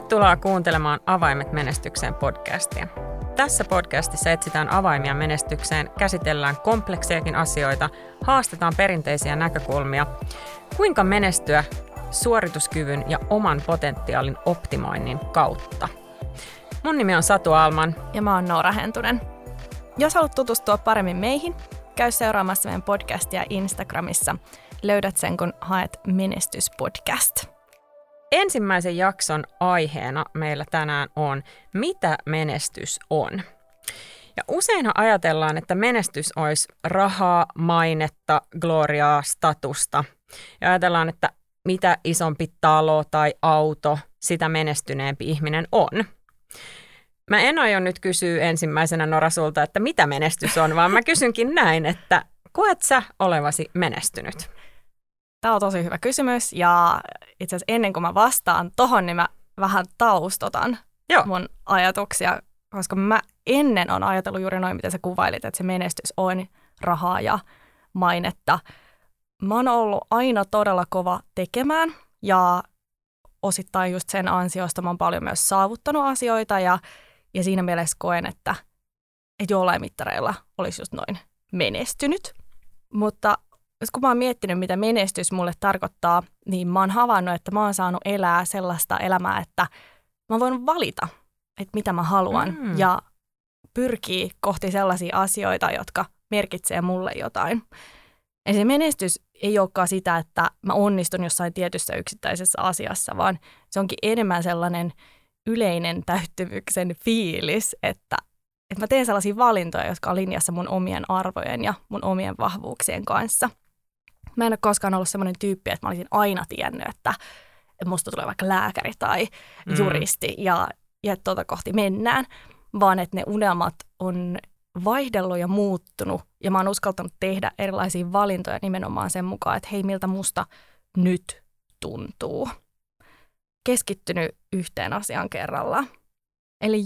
Tervetuloa kuuntelemaan Avaimet menestykseen podcastia. Tässä podcastissa etsitään avaimia menestykseen, käsitellään kompleksiakin asioita, haastetaan perinteisiä näkökulmia, kuinka menestyä suorituskyvyn ja oman potentiaalin optimoinnin kautta. Mun nimi on Satu Alman. Ja mä oon Noora Hentunen. Jos haluat tutustua paremmin meihin, käy seuraamassa meidän podcastia Instagramissa. Löydät sen, kun haet Menestyspodcast. Ensimmäisen jakson aiheena meillä tänään on, mitä menestys on. Ja useinhan ajatellaan, että menestys olisi rahaa, mainetta, gloriaa, statusta. Ja ajatellaan, että mitä isompi talo tai auto, sitä menestyneempi ihminen on. Mä en aio nyt kysyä ensimmäisenä, Nora, sulta, että mitä menestys on, vaan mä kysynkin näin, että koet sä olevasi menestynyt? Tämä on tosi hyvä kysymys ja itse asiassa ennen kuin mä vastaan tohon, niin mä vähän taustotan mun ajatuksia, koska mä ennen on ajatellut juuri noin, mitä sä kuvailit, että se menestys on rahaa ja mainetta. Mä oon ollut aina todella kova tekemään ja osittain just sen ansiosta mä oon paljon myös saavuttanut asioita ja siinä mielessä koen, että jollain mittareilla olisi just noin menestynyt. Mutta kun mä oon miettinyt, mitä menestys mulle tarkoittaa, niin mä oon havainnut, että mä oon saanut elää sellaista elämää, että mä voin valita, että mitä mä haluan ja pyrkii kohti sellaisia asioita, jotka merkitsee mulle jotain. Eli se menestys ei olekaan sitä, että mä onnistun jossain tietyssä yksittäisessä asiassa, vaan se onkin enemmän sellainen yleinen täyttymyksen fiilis, että mä teen sellaisia valintoja, jotka on linjassa mun omien arvojen ja mun omien vahvuuksien kanssa. Mä en ole koskaan ollut semmoinen tyyppi, että mä olisin aina tiennyt, että musta tulee vaikka lääkäri tai juristi ja tuota kohti mennään, vaan että ne unelmat on vaihdellut ja muuttunut ja mä oon uskaltanut tehdä erilaisia valintoja nimenomaan sen mukaan, että hei, miltä musta nyt tuntuu. Keskittynyt yhteen asiaan kerrallaan. Eli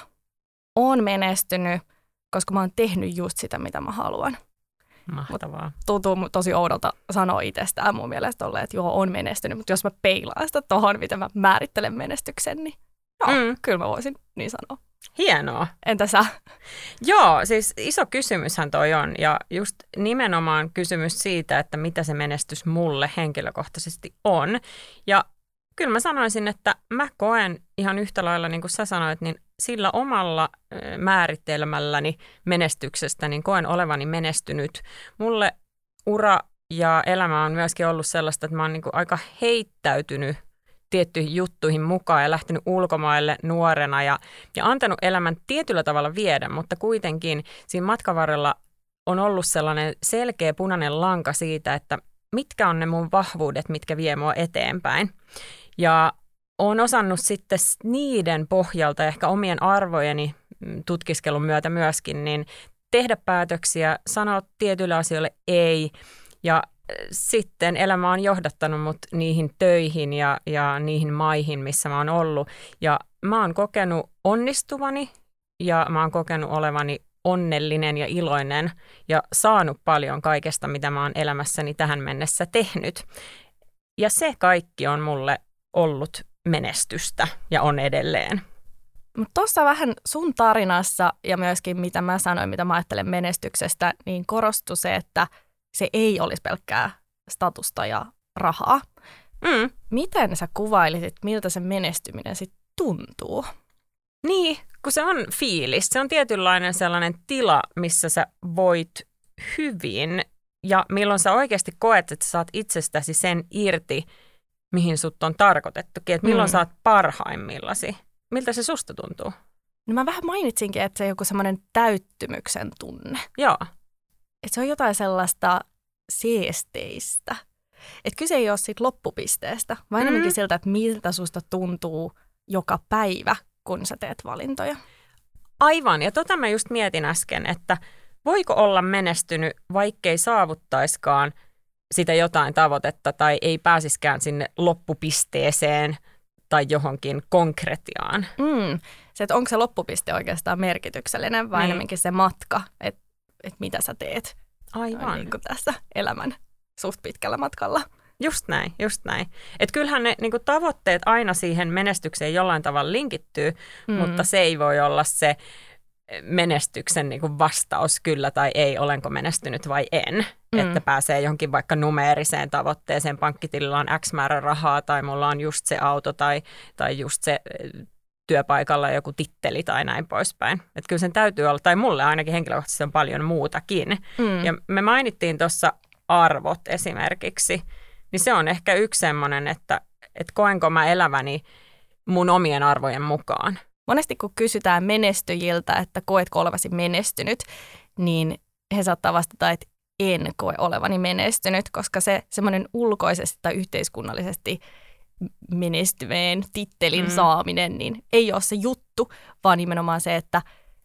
oon menestynyt, koska mä oon tehnyt just sitä, mitä mä haluan. Mahtavaa. Tuntuu tosi oudolta sanoa itsestään mun mielestä olleen, että on menestynyt, mutta jos mä peilaan sitä tohon, miten mä määrittelen menestyksen, niin kyllä mä voisin niin sanoa. Hienoa. Entä sä? Joo, siis iso kysymyshän toi on ja just nimenomaan kysymys siitä, että mitä se menestys mulle henkilökohtaisesti on. Ja kyllä mä sanoisin, että mä koen ihan yhtä lailla, niin kuin sä sanoit, niin sillä omalla määritelmälläni menestyksestä niin koen olevani menestynyt. Mulle ura ja elämä on myöskin ollut sellaista, että mä oon niin kuin aika heittäytynyt tiettyihin juttuihin mukaan ja lähtenyt ulkomaille nuorena ja antanut elämän tietyllä tavalla viedä, mutta kuitenkin siinä matkan varrella on ollut sellainen selkeä punainen lanka siitä, että mitkä on ne mun vahvuudet, mitkä vie mua eteenpäin. Ja olen osannut sitten niiden pohjalta, ehkä omien arvojeni tutkiskelun myötä myöskin, niin tehdä päätöksiä, sanoa tietyille asioille ei. Ja sitten elämä on johdattanut mut niihin töihin ja niihin maihin, missä mä oon ollut. Ja mä oon kokenut onnistuvani ja mä oon kokenut olevani onnellinen ja iloinen ja saanut paljon kaikesta, mitä mä oon elämässäni tähän mennessä tehnyt. Ja se kaikki on mulle ollut menestystä ja on edelleen. Mutta tuossa vähän sun tarinassa ja myöskin mitä mä sanoin, mitä mä ajattelen menestyksestä, niin korostui se, että se ei olisi pelkkää statusta ja rahaa. Miten sä kuvailisit, miltä se menestyminen sitten tuntuu? Niin, kun se on fiilis. Se on tietynlainen sellainen tila, missä sä voit hyvin ja milloin sä oikeasti koet, että sä saat itsestäsi sen irti, mihin sut on tarkoitettukin, että milloin sä oot parhaimmillasi. Miltä se susta tuntuu? No mä vähän mainitsinkin, että se on joku semmoinen täyttymyksen tunne. Joo. Että se on jotain sellaista seesteistä. Että kyse ei ole siitä loppupisteestä, vaan enemmänkin siltä, että miltä susta tuntuu joka päivä, kun sä teet valintoja. Aivan, ja mä just mietin äsken, että voiko olla menestynyt, vaikkei saavuttaiskaan sitä jotain tavoitetta tai ei pääsiskään sinne loppupisteeseen tai johonkin konkretiaan. Se, että onko se loppupiste oikeastaan merkityksellinen vai enemmänkin se matka, että mitä sä teet. Aivan. Niin kuin tässä elämän suht pitkällä matkalla. Just näin, just näin. Että kyllähän ne niin kuin tavoitteet aina siihen menestykseen jollain tavalla linkittyy, mutta se ei voi olla se menestyksen niin kuin vastaus kyllä tai ei, olenko menestynyt vai en. Että pääsee johonkin vaikka numeeriseen tavoitteeseen, pankkitilillä on X määrä rahaa tai mulla on just se auto tai just se työpaikalla joku titteli tai näin poispäin. Että kyllä sen täytyy olla, tai mulle ainakin henkilökohtaisesti on paljon muutakin. Ja me mainittiin tuossa arvot esimerkiksi, niin se on ehkä yksi semmoinen, että koenko mä eläväni mun omien arvojen mukaan. Monesti kun kysytään menestyjiltä, että koetko olevasi menestynyt, niin he saattaa vastata, että en koe olevani menestynyt, koska se semmoinen ulkoisesti tai yhteiskunnallisesti menestyneen tittelin saaminen, niin ei ole se juttu, vaan nimenomaan se, että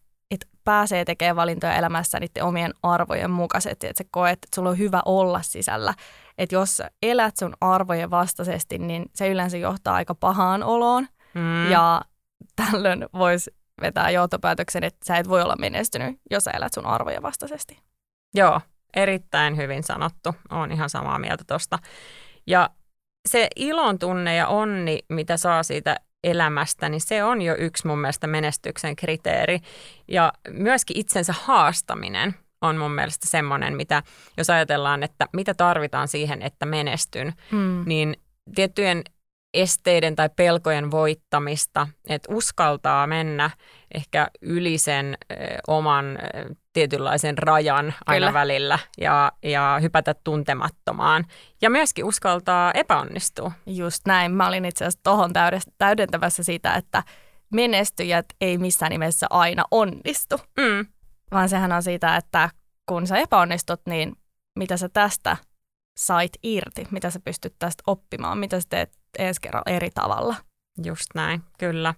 pääsee tekemään valintoja elämässä niiden omien arvojen mukaisesti, että sä koet, että sulla on hyvä olla sisällä. Että jos elät sun arvojen vastaisesti, niin se yleensä johtaa aika pahaan oloon ja tällöin voisi vetää johtopäätöksen, että sä et voi olla menestynyt, jos sä elät sun arvojen vastaisesti. Joo, erittäin hyvin sanottu. Olen ihan samaa mieltä tosta. Ja se ilon tunne ja onni, mitä saa siitä elämästä, niin se on jo yksi mun mielestä menestyksen kriteeri. Ja myöskin itsensä haastaminen on mun mielestä semmoinen, mitä jos ajatellaan, että mitä tarvitaan siihen, että menestyn, niin tiettyjen esteiden tai pelkojen voittamista, että uskaltaa mennä ehkä yli sen oman tietynlaisen rajan aina välillä ja hypätä tuntemattomaan. Ja myöskin uskaltaa epäonnistua. Just näin. Mä olin itse asiassa tohon täydentävässä siitä, että menestyjät ei missään nimessä aina onnistu. Vaan sehän on siitä, että kun sä epäonnistut, niin mitä sä tästä sait irti, mitä sä pystyt tästä oppimaan, mitä sä teet ensi kerralla eri tavalla. Just näin, kyllä.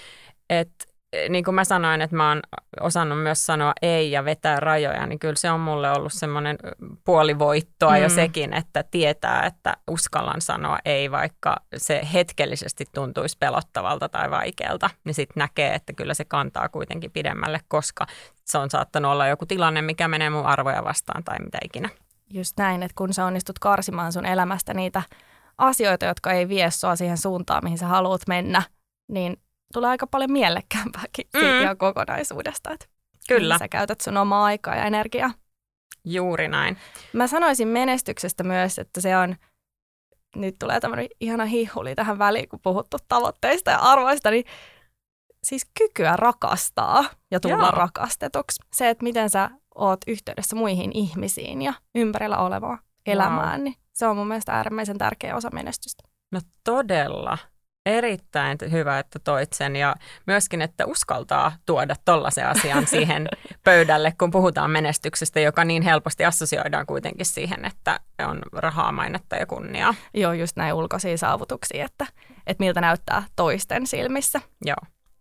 Niin kuin mä sanoin, että mä oon osannut myös sanoa ei ja vetää rajoja, niin kyllä se on mulle ollut semmoinen puolivoittoa jo sekin, että tietää, että uskallan sanoa ei, vaikka se hetkellisesti tuntuisi pelottavalta tai vaikealta, niin sitten näkee, että kyllä se kantaa kuitenkin pidemmälle, koska se on saattanut olla joku tilanne, mikä menee mun arvoja vastaan tai mitä ikinä. Just näin, että kun sä onnistut karsimaan sun elämästä niitä asioita, jotka ei vie sua siihen suuntaan, mihin sä haluat mennä, niin tulee aika paljon mielekkäämpääkin siitä kokonaisuudesta, että kyllä. Sä käytät sun omaa aikaa ja energiaa. Juuri näin. Mä sanoisin menestyksestä myös, että se on, nyt tulee tämmöinen ihana hihuli tähän väliin, kun puhuttu tavoitteista ja arvoista, niin siis kykyä rakastaa ja tulla rakastetuksi. Se, että miten sä oot yhteydessä muihin ihmisiin ja ympärillä olevaa elämään, niin se on mun mielestä äärimmäisen tärkeä osa menestystä. No todella. Erittäin hyvä, että toit sen ja myöskin, että uskaltaa tuoda tollaisen asian siihen pöydälle, kun puhutaan menestyksestä, joka niin helposti assosioidaan kuitenkin siihen, että on rahaa, mainetta ja kunniaa. Joo, just näin ulkoisia saavutuksia, että miltä näyttää toisten silmissä. Joo.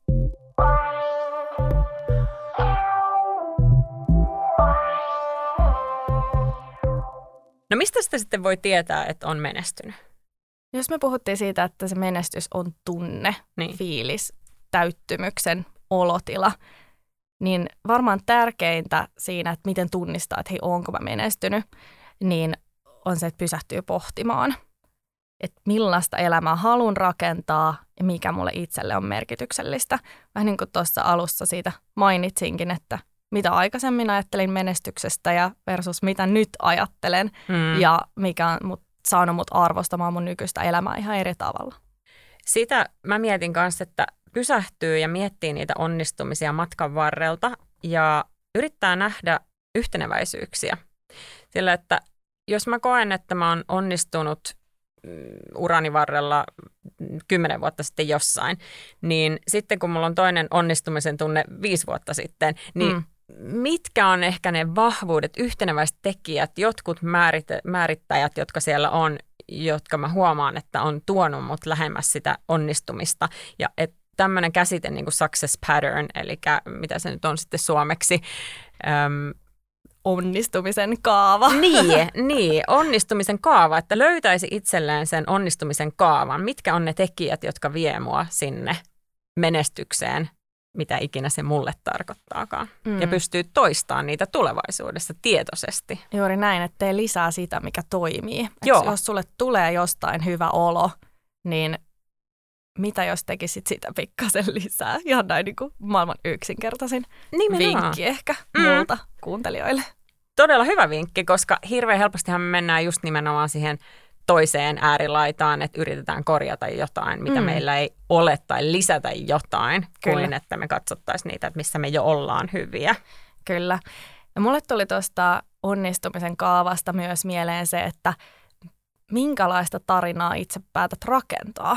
No mistä sitä sitten voi tietää, että on menestynyt? Jos me puhuttiin siitä, että se menestys on tunne, fiilis, täyttymyksen olotila, niin varmaan tärkeintä siinä, että miten tunnistaa, että hei, onko mä menestynyt, niin on se, että pysähtyy pohtimaan, että millaista elämää haluan rakentaa ja mikä mulle itselle on merkityksellistä. Vähän niin kuin tuossa alussa siitä mainitsinkin, että mitä aikaisemmin ajattelin menestyksestä ja versus mitä nyt ajattelen ja mikä on saanut mut arvostamaan mun nykyistä elämää ihan eri tavalla. Sitä mä mietin kanssa, että pysähtyy ja miettii niitä onnistumisia matkan varrelta ja yrittää nähdä yhteneväisyyksiä. Sillä, että jos mä koen, että mä oon onnistunut urani varrella 10 vuotta sitten jossain, niin sitten kun mulla on toinen onnistumisen tunne 5 vuotta sitten, niin mitkä on ehkä ne vahvuudet, yhteneväiset tekijät, jotkut määrittäjät, jotka siellä on, jotka mä huomaan, että on tuonut mut lähemmäs sitä onnistumista. Ja että tämmöinen käsite niin kuin success pattern, eli mitä se nyt on sitten suomeksi? Onnistumisen kaava. Niin, onnistumisen kaava, että löytäisi itselleen sen onnistumisen kaavan. Mitkä on ne tekijät, jotka vie mua sinne menestykseen mitä ikinä se mulle tarkoittaakaan. Ja pystyy toistamaan niitä tulevaisuudessa tietoisesti. Juuri näin, että tee lisää sitä, mikä toimii. Jos sulle tulee jostain hyvä olo, niin mitä jos tekisit sitä pikkasen lisää? Ihan näin niin kuin maailman yksinkertaisin vinkki ehkä multa kuuntelijoille. Todella hyvä vinkki, koska hirveän helpostihan me mennään just nimenomaan siihen toiseen äärilaitaan, että yritetään korjata jotain, mitä meillä ei ole, tai lisätä jotain, kuin että me katsottaisiin niitä, että missä me jo ollaan hyviä. Kyllä. Ja mulle tuli tuosta onnistumisen kaavasta myös mieleen se, että minkälaista tarinaa itse päätät rakentaa.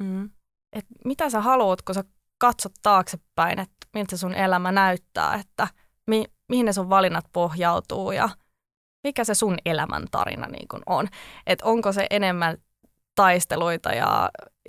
Et mitä sä haluat, kun sä katsot taaksepäin, että miltä sun elämä näyttää, että mihin ne sun valinnat pohjautuu ja mikä se sun elämän tarina niin kun on. Että onko se enemmän taisteluita ja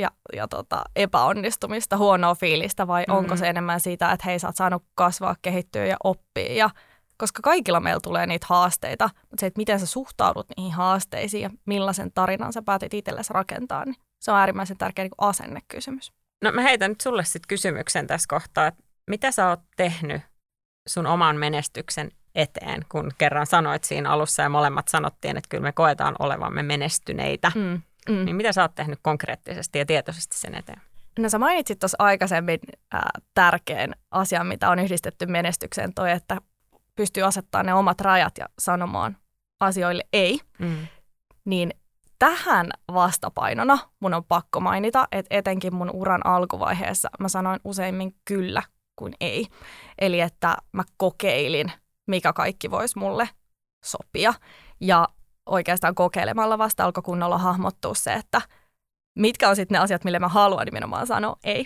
epäonnistumista, huonoa fiilistä vai onko se enemmän siitä, että hei sä oot saanut kasvaa, kehittyä ja oppia. Ja, koska kaikilla meillä tulee niitä haasteita, mutta se, että miten sä suhtaudut niihin haasteisiin ja millaisen tarinan sä päätit itsellesi rakentaa, niin se on äärimmäisen tärkeä niin asennekysymys. No mä heitän nyt sulle sitten kysymyksen tässä kohtaa, että mitä sä oot tehnyt sun oman menestyksen eteen, kun kerran sanoit siinä alussa ja molemmat sanottiin, että kyllä me koetaan olevamme menestyneitä. Niin mitä sä oot tehnyt konkreettisesti ja tietoisesti sen eteen? No sä mainitsit tuossa aikaisemmin tärkeän asian, mitä on yhdistetty menestykseen, toi, että pystyy asettamaan ne omat rajat ja sanomaan asioille ei. Niin tähän vastapainona mun on pakko mainita, että etenkin mun uran alkuvaiheessa mä sanoin useimmin kyllä kuin ei. Eli että mä kokeilin, mikä kaikki voisi mulle sopia. Ja oikeastaan kokeilemalla vasta alkoi kunnolla hahmottua se, että mitkä on sitten ne asiat, mille mä haluan nimenomaan sanoa ei.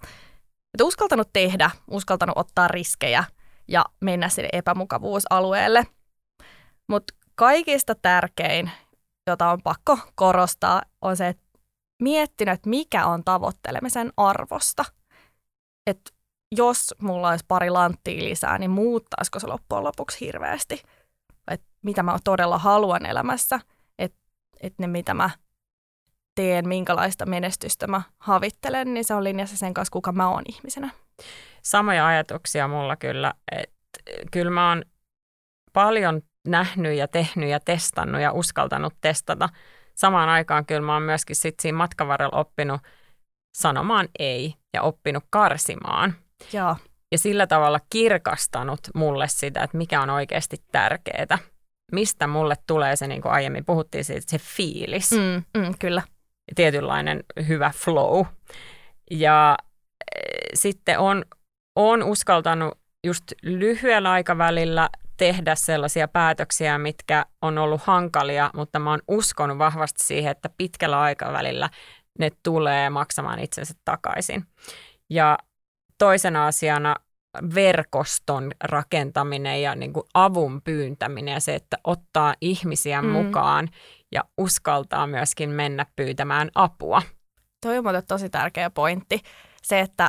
Et uskaltanut tehdä, uskaltanut ottaa riskejä ja mennä sinne epämukavuusalueelle. Mutta kaikista tärkein, jota on pakko korostaa, on se, että miettinyt, että mikä on tavoittelemisen arvosta. Että jos mulla olisi pari lanttia lisää, niin muuttaisiko se loppujen lopuksi hirveästi? Että mitä mä todella haluan elämässä, että ne mitä mä teen, minkälaista menestystä mä havittelen, niin se on linjassa sen kanssa, kuka mä oon ihmisenä. Samoja ajatuksia mulla kyllä. Kyllä mä oon paljon nähnyt ja tehnyt ja testannut ja uskaltanut testata. Samaan aikaan kyllä mä oon myöskin sit siinä matkan varrella oppinut sanomaan ei ja oppinut karsimaan. Joo. Ja sillä tavalla kirkastanut mulle sitä, että mikä on oikeasti tärkeää. Mistä mulle tulee se, niin kuin aiemmin puhuttiin siitä, se fiilis. Kyllä. Tietynlainen hyvä flow. Ja sitten on uskaltanut just lyhyellä aikavälillä tehdä sellaisia päätöksiä, mitkä on ollut hankalia, mutta mä oon uskonut vahvasti siihen, että pitkällä aikavälillä ne tulee maksamaan itsensä takaisin. Ja toisena asiana verkoston rakentaminen ja niin kuin avun pyyntäminen ja se, että ottaa ihmisiä mukaan ja uskaltaa myöskin mennä pyytämään apua. Toi on muuten tosi tärkeä pointti. Se, että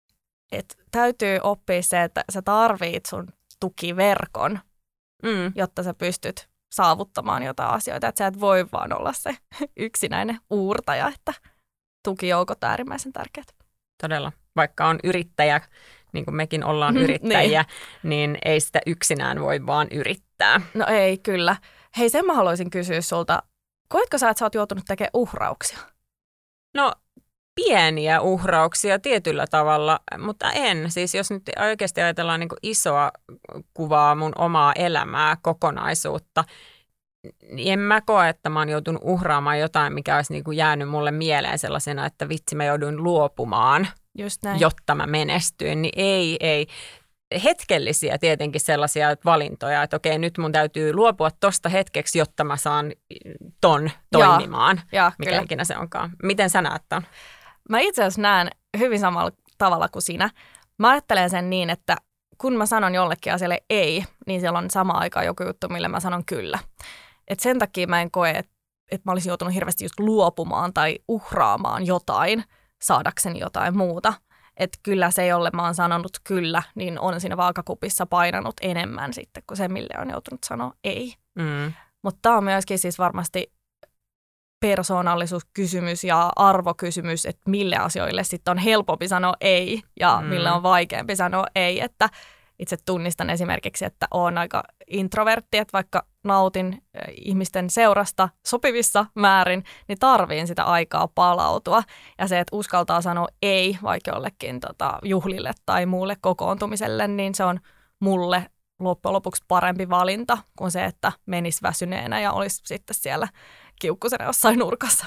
täytyy oppia se, että sä tarvit sun tukiverkon, jotta sä pystyt saavuttamaan jotain asioita. Että sä et voi vaan olla se yksinäinen uurtaja, että tukijoukot on äärimmäisen tärkeät. Todella. Vaikka on yrittäjä, niin kuin mekin ollaan yrittäjiä, niin ei sitä yksinään voi vaan yrittää. No ei, kyllä. Hei, sen mä haluaisin kysyä sulta. Koetko sä, että sä oot joutunut tekemään uhrauksia? No pieniä uhrauksia tietyllä tavalla, mutta en. Siis jos nyt oikeasti ajatellaan niin kuin isoa kuvaa mun omaa elämää, kokonaisuutta, niin en mä koe, että mä oon joutunut uhraamaan jotain, mikä olisi niin kuin jäänyt mulle mieleen sellaisena, että vitsi mä jouduin luopumaan, jotta mä menestyin. Niin ei. Hetkellisiä tietenkin sellaisia valintoja, että okei, nyt mun täytyy luopua tosta hetkeksi, jotta mä saan ton toimimaan, mikä ikinä se onkaan. Miten sä näet ton? Mä itse asiassa näen hyvin samalla tavalla kuin sinä. Mä ajattelen sen niin, että kun mä sanon jollekin asialle ei, niin siellä on sama aikaan joku juttu, mille mä sanon kyllä. Et sen takia mä en koe, että mä olisin joutunut hirveästi just luopumaan tai uhraamaan jotain saadakseni jotain muuta. Että kyllä se, jolle mä oon sanonut kyllä, niin on siinä vaakakupissa painanut enemmän sitten kuin se, mille on joutunut sanoa ei. Mutta tämä on myöskin siis varmasti persoonallisuuskysymys ja arvokysymys, että mille asioille sitten on helpompi sanoa ei ja mille on vaikeampi sanoa ei. Että itse tunnistan esimerkiksi, että olen aika introvertti, että vaikka nautin ihmisten seurasta sopivissa määrin, niin tarviin sitä aikaa palautua. Ja se, että uskaltaa sanoa ei vaikka jollekin juhlille tai muulle kokoontumiselle, niin se on mulle loppujen lopuksi parempi valinta kuin se, että menisi väsyneenä ja olisi sitten siellä kiukkusena jossain nurkassa.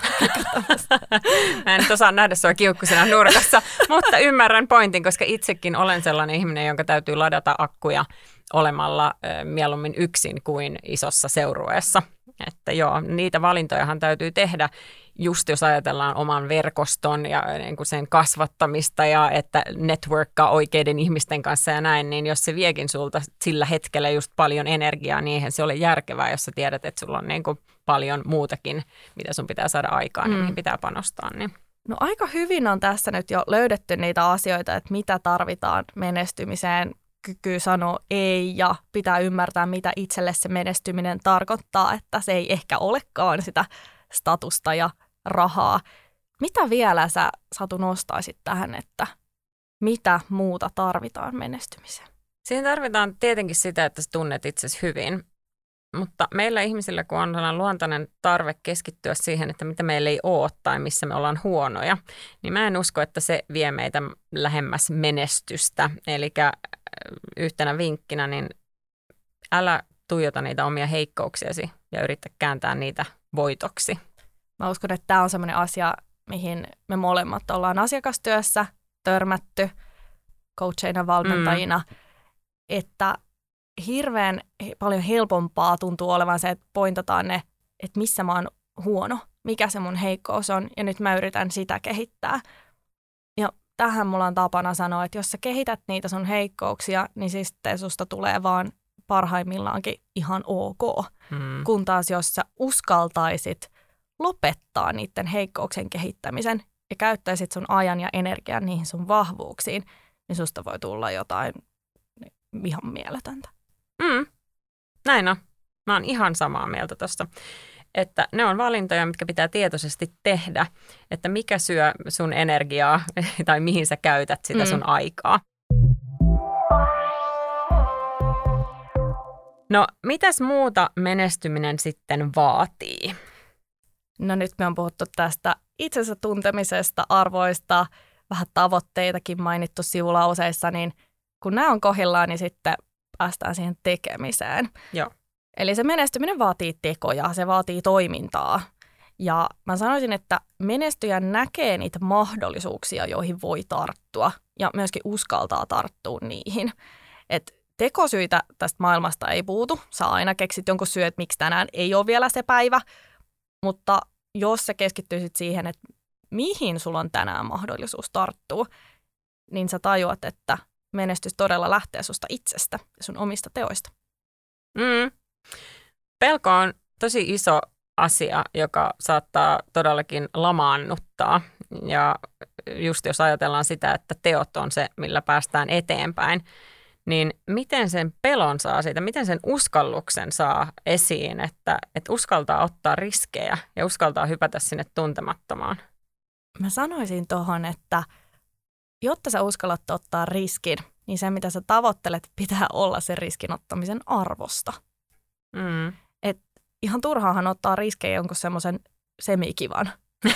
Mä en nyt osaa nähdä sua kiukkusena nurkassa, mutta ymmärrän pointin, koska itsekin olen sellainen ihminen, jonka täytyy ladata akkuja olemalla mieluummin yksin kuin isossa seurueessa. Että joo, niitä valintojahan täytyy tehdä just jos ajatellaan oman verkoston ja niin kuin sen kasvattamista ja että networkkaa oikeiden ihmisten kanssa ja näin, niin jos se viekin sulta sillä hetkellä just paljon energiaa, niin eihän se ole järkevää, jos sä tiedät, että sulla on niin kuin paljon muutakin, mitä sun pitää saada aikaan ja mihin pitää panostaa. Niin. No aika hyvin on tässä nyt jo löydetty niitä asioita, että mitä tarvitaan menestymiseen. Kyky sanoa ei ja pitää ymmärtää, mitä itselle se menestyminen tarkoittaa, että se ei ehkä olekaan sitä statusta ja rahaa. Mitä vielä sä, Satu, nostaisit tähän, että mitä muuta tarvitaan menestymiseen? Siinä tarvitaan tietenkin sitä, että sä tunnet itsesi hyvin, mutta meillä ihmisillä, kun on sellainen luontainen tarve keskittyä siihen, että mitä meillä ei ole tai missä me ollaan huonoja, niin mä en usko, että se vie meitä lähemmäs menestystä. Eli yhtenä vinkkinä, niin älä tuijota niitä omia heikkouksiasi ja yritä kääntää niitä voitoksi. Mä uskon, että tämä on sellainen asia, mihin me molemmat ollaan asiakastyössä törmätty coacheina, valmentajina, että hirveän paljon helpompaa tuntuu olevan se, että pointataan ne, että missä mä oon huono, mikä se mun heikkous on, ja nyt mä yritän sitä kehittää. Ja tähän mulla on tapana sanoa, että jos sä kehität niitä sun heikkouksia, niin siis sitten susta tulee vaan parhaimmillaankin ihan ok. Kun taas jos sä uskaltaisit lopettaa niiden heikkouksien kehittämisen ja käyttäisit sun ajan ja energian niihin sun vahvuuksiin, niin susta voi tulla jotain ihan mieletöntä. Näin on. Mä oon ihan samaa mieltä tuosta. Että ne on valintoja, mitkä pitää tietoisesti tehdä, että mikä syö sun energiaa tai mihin sä käytät sitä sun aikaa. No, mitäs muuta menestyminen sitten vaatii? No nyt me on puhuttu tästä itsensä tuntemisesta, arvoista, vähän tavoitteitakin mainittu sivulauseissa, niin kun nämä on kohdillaan, niin sitten päästään siihen tekemiseen. Joo. Eli se menestyminen vaatii tekoja, se vaatii toimintaa. Ja mä sanoisin, että menestyjä näkee niitä mahdollisuuksia, joihin voi tarttua ja myöskin uskaltaa tarttua niihin. Et tekosyitä tästä maailmasta ei puutu. Sä aina keksit jonkun syy, että miksi tänään ei ole vielä se päivä. Mutta jos sä keskittyisit siihen, että mihin sulla on tänään mahdollisuus tarttua, niin sä tajuat, että menestys todella lähtee susta itsestä ja sun omista teoista. Pelko on tosi iso asia, joka saattaa todellakin lamaannuttaa. Ja just jos ajatellaan sitä, että teot on se, millä päästään eteenpäin, niin miten sen pelon saa siitä, miten sen uskalluksen saa esiin, että uskaltaa ottaa riskejä ja uskaltaa hypätä sinne tuntemattomaan? Mä sanoisin tuohon, että jotta sä uskallat ottaa riskin, niin se, mitä sä tavoittelet, pitää olla sen riskin ottamisen arvosta. Et ihan turhaahan ottaa riskejä jonkun semmoisen semikivan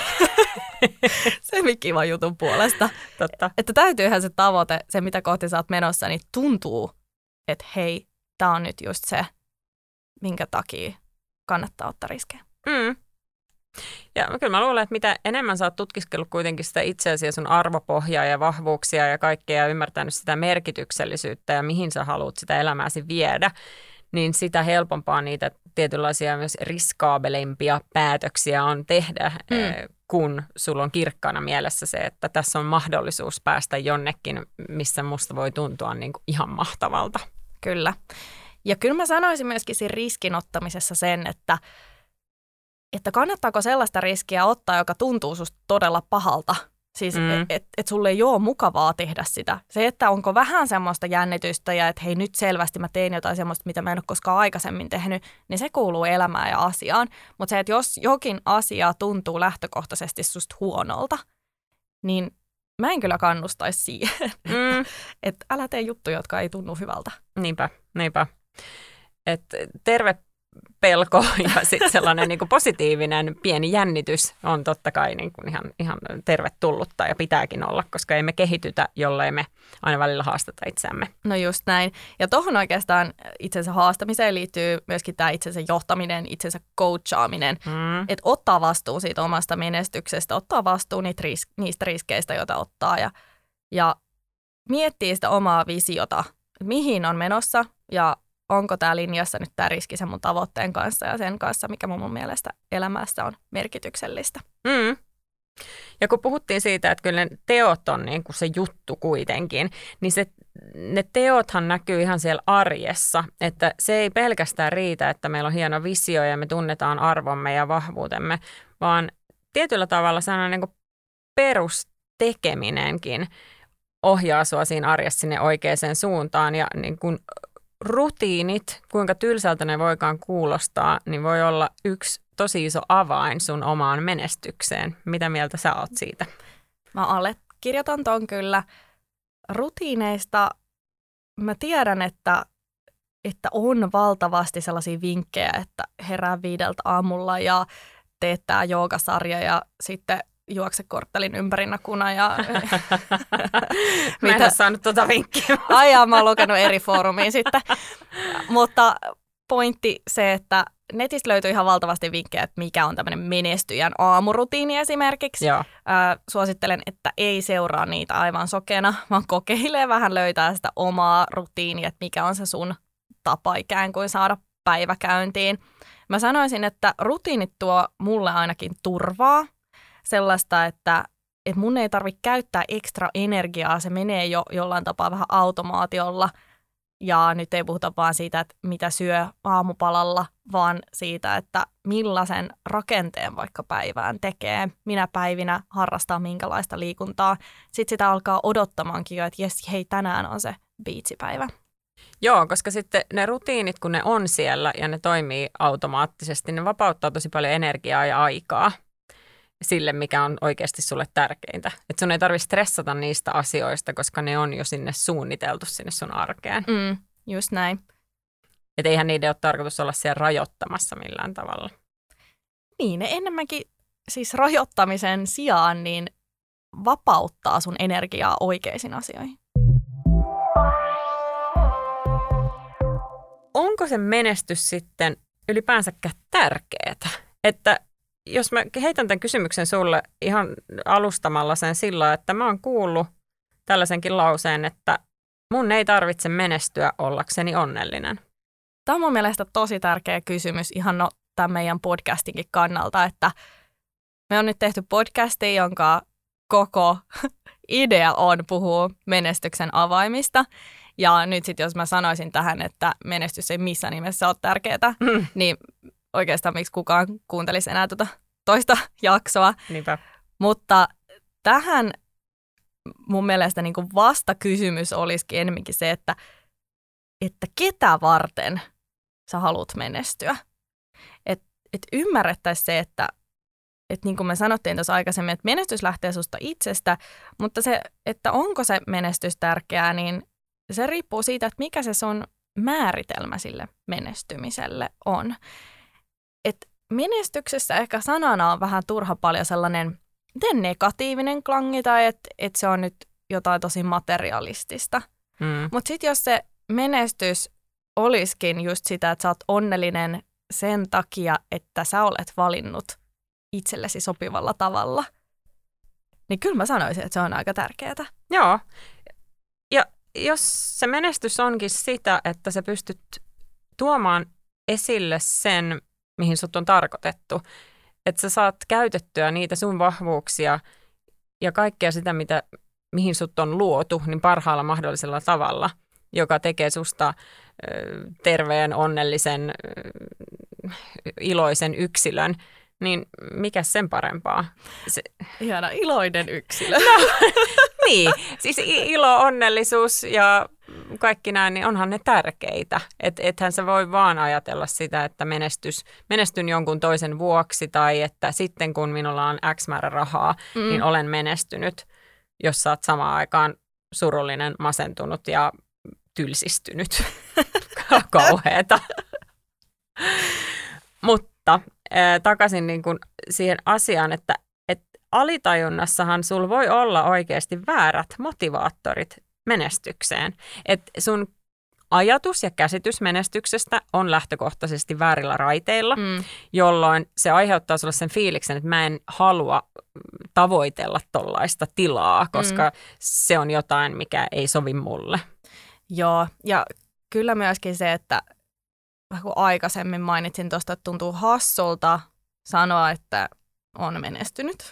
jutun puolesta. Totta. Että täytyyhän se tavoite, se mitä kohti sä oot menossa, niin tuntuu, että hei, tää on nyt just se, minkä takia kannattaa ottaa riskejä. Ja kyllä mä luulen, että mitä enemmän sä oot tutkiskellut kuitenkin sitä itseäsi ja sun arvopohjaa ja vahvuuksia ja kaikkea ja ymmärtänyt sitä merkityksellisyyttä ja mihin sä haluat sitä elämääsi viedä, niin sitä helpompaa niitä tietynlaisia myös riskaabeleimpia päätöksiä on tehdä, kun sulla on kirkkaana mielessä se, että tässä on mahdollisuus päästä jonnekin, missä musta voi tuntua niin kuin ihan mahtavalta. Kyllä. Ja kyllä mä sanoisin myöskin siinä riskinottamisessa sen, että kannattaako sellaista riskiä ottaa, joka tuntuu susta todella pahalta Siis, et sulle ei ole mukavaa tehdä sitä. Se, että onko vähän semmoista jännitystä ja että hei nyt selvästi mä teen jotain semmoista, mitä mä en ole koskaan aikaisemmin tehnyt, niin se kuuluu elämään ja asiaan. Mutta se, että jos jokin asia tuntuu lähtökohtaisesti susta huonolta, niin mä en kyllä kannustaisi siihen, että älä tee juttuja, jotka ei tunnu hyvältä. Niinpä. Että terve pelko ja sitten sellainen niin kuin positiivinen pieni jännitys on totta kai niin kuin ihan tervetullutta ja pitääkin olla, koska ei me kehitytä, jollei me aina välillä haasteta itseämme. No just näin. Ja tuohon oikeastaan itsensä haastamiseen liittyy myöskin tämä itsensä johtaminen, itsensä coachaaminen. Että ottaa vastuu siitä omasta menestyksestä, ottaa vastuu niistä riskeistä, joita ottaa ja miettii sitä omaa visiota, mihin on menossa ja onko tämä linjassa nyt tämä riski sen mun tavoitteen kanssa ja sen kanssa, mikä mun mielestä elämässä on merkityksellistä. Ja kun puhuttiin siitä, että kyllä ne teot on niin kuin se juttu kuitenkin, niin ne teothan näkyy ihan siellä arjessa. Että se ei pelkästään riitä, että meillä on hieno visio ja me tunnetaan arvomme ja vahvuutemme, vaan tietyllä tavalla sellainen niin kuin perustekeminenkin ohjaa sua siinä arjessa sinne oikeaan suuntaan ja niin kuin rutiinit, kuinka tylsältä ne voikaan kuulostaa, niin voi olla yksi tosi iso avain sun omaan menestykseen. Mitä mieltä sä oot siitä? Mä allekirjoitan ton kyllä. Rutiineista mä tiedän, että on valtavasti sellaisia vinkkejä, että herää 5 aamulla ja teettää joogasarja ja sitten juokse korttelin ympäri nakuna ja mä en ole saanut tuota vinkkiä. Mä oon lukenut eri foorumiin sitten. Mutta pointti se, että netistä löytyy ihan valtavasti vinkkejä, että mikä on tämmöinen menestyjän aamurutiini esimerkiksi. Suosittelen, että ei seuraa niitä aivan sokeena, vaan kokeilee vähän löytää sitä omaa rutiinia, että mikä on se sun tapa ikään kuin saada päivä käyntiin. Mä sanoisin, että rutiinit tuo mulle ainakin turvaa. Sellaista, että mun ei tarvitse käyttää ekstra energiaa, se menee jo jollain tapaa vähän automaatiolla. Ja nyt ei puhuta vaan siitä, että mitä syö aamupalalla, vaan siitä, että millaisen rakenteen vaikka päivään tekee, minä päivinä harrastaa minkälaista liikuntaa. Sitten sitä alkaa odottamaankin jo, että jes, hei, tänään on se biitsipäivä. Joo, koska sitten ne rutiinit, kun ne on siellä ja ne toimii automaattisesti, ne vapauttaa tosi paljon energiaa ja aikaa sille, mikä on oikeasti sulle tärkeintä. Että sun ei tarvitse stressata niistä asioista, koska ne on jo sinne suunniteltu sinne sun arkeen. Just näin. Että eihän niiden ole tarkoitus olla siellä rajoittamassa millään tavalla. Niin, ne enemmänkin siis rajoittamisen sijaan niin vapauttaa sun energiaa oikeisiin asioihin. Onko se menestys sitten ylipäänsäkään tärkeää? Että jos mä heitän tämän kysymyksen sulle ihan alustamalla sen sillä, että mä oon kuullut tällaisenkin lauseen, että mun ei tarvitse menestyä ollakseni onnellinen. Tämä on mun mielestä tosi tärkeä kysymys ihan tämän meidän podcastinkin kannalta, että me on nyt tehty podcasti, jonka koko idea on puhua menestyksen avaimista. Ja nyt sitten jos mä sanoisin tähän, että menestys ei missään nimessä ole tärkeää, niin oikeastaan miksi kukaan kuuntelisi enää toista jaksoa. Niinpä. Mutta tähän mun mielestä niin kuin vastakysymys olisikin enemmänkin se, että ketä varten sä haluat menestyä. Että ymmärrettäisiin se, että niin kuin me sanottiin tuossa aikaisemmin, että menestys lähtee susta itsestä, mutta se, että onko se menestys tärkeää, niin se riippuu siitä, että mikä se sun määritelmä sille menestymiselle on. Et menestyksessä ehkä sanana on vähän turha paljon sellainen negatiivinen klangi tai että se on nyt jotain tosi materialistista. Mutta sitten jos se menestys olisikin just sitä, että sä oot onnellinen sen takia, että sä olet valinnut itsellesi sopivalla tavalla, niin kyllä mä sanoisin, että se on aika tärkeää. Joo. Ja jos se menestys onkin sitä, että sä pystyt tuomaan esille sen, mihin sut on tarkoitettu, että sä saat käytettyä niitä sun vahvuuksia ja kaikkea sitä, mihin sut on luotu, niin parhaalla mahdollisella tavalla, joka tekee susta terveen, onnellisen, iloisen yksilön, niin mikä sen parempaa? Ihana iloinen yksilö. No, niin, siis ilo, onnellisuus ja kaikki nämä, niin onhan ne tärkeitä. Ethän sä voi vaan ajatella sitä, että menestyn jonkun toisen vuoksi tai että sitten kun minulla on X määrä rahaa, niin olen menestynyt, jos sä oot samaan aikaan surullinen, masentunut ja tylsistynyt. Kauheeta. Mutta takaisin niin kuin siihen asiaan, että alitajunnassahan sulla voi olla oikeasti väärät motivaattorit menestykseen. Että sun ajatus ja käsitys menestyksestä on lähtökohtaisesti väärillä raiteilla, jolloin se aiheuttaa sulle sen fiiliksen, että mä en halua tavoitella tollaista tilaa, koska se on jotain, mikä ei sovi mulle. Joo, ja kyllä myöskin se, että kun aikaisemmin mainitsin tuosta, että tuntuu hassulta sanoa, että on menestynyt,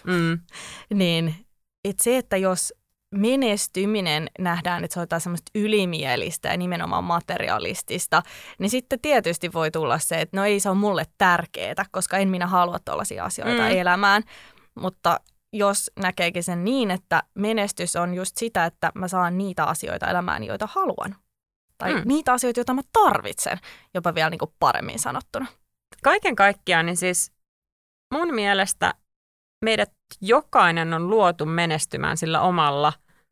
niin se, että jos menestyminen nähdään, että se on jotain semmoista ylimielistä ja nimenomaan materialistista, niin sitten tietysti voi tulla se, että no ei se ole mulle tärkeää, koska en minä halua tuollaisia asioita elämään, mutta jos näkeekin sen niin, että menestys on just sitä, että mä saan niitä asioita elämään, joita haluan. Tai niitä asioita, joita mä tarvitsen, jopa vielä niin kuin paremmin sanottuna. Kaiken kaikkiaan, niin siis mun mielestä meidät jokainen on luotu menestymään sillä omalla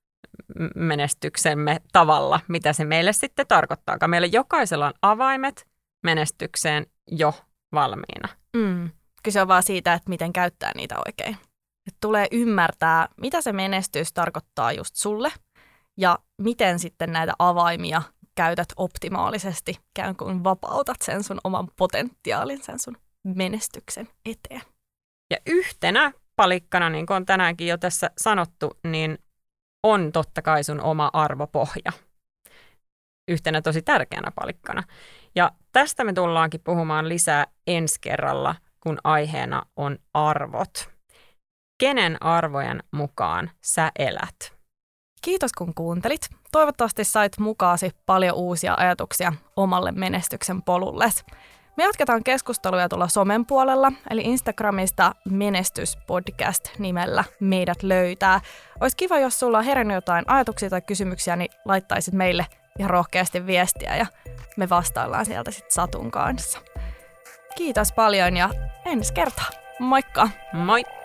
menestyksemme tavalla, mitä se meille sitten tarkoittaa. Meillä jokaisella on avaimet menestykseen jo valmiina. Kyse on vaan siitä, että miten käyttää niitä oikein. Et tulee ymmärtää, mitä se menestys tarkoittaa just sulle ja miten sitten näitä avaimia käytät optimaalisesti, ikään kuin vapautat sen sun oman potentiaalin, sen sun menestyksen eteen. Ja yhtenä palikkana, niin kuin on tänäänkin jo tässä sanottu, niin on totta kai sun oma arvopohja. Yhtenä tosi tärkeänä palikkana. Ja tästä me tullaankin puhumaan lisää ensi kerralla, kun aiheena on arvot. Kenen arvojen mukaan sä elät? Kiitos kun kuuntelit. Toivottavasti sait mukaasi paljon uusia ajatuksia omalle menestyksen polulles. Me jatketaan keskusteluja tuolla somen puolella, eli Instagramista menestyspodcast nimellä meidät löytää. Olisi kiva, jos sulla on herännyt jotain ajatuksia tai kysymyksiä, niin laittaisit meille ihan rohkeasti viestiä ja me vastaillaan sieltä sitten Satun kanssa. Kiitos paljon ja ensi kertaa. Moikka! Moi!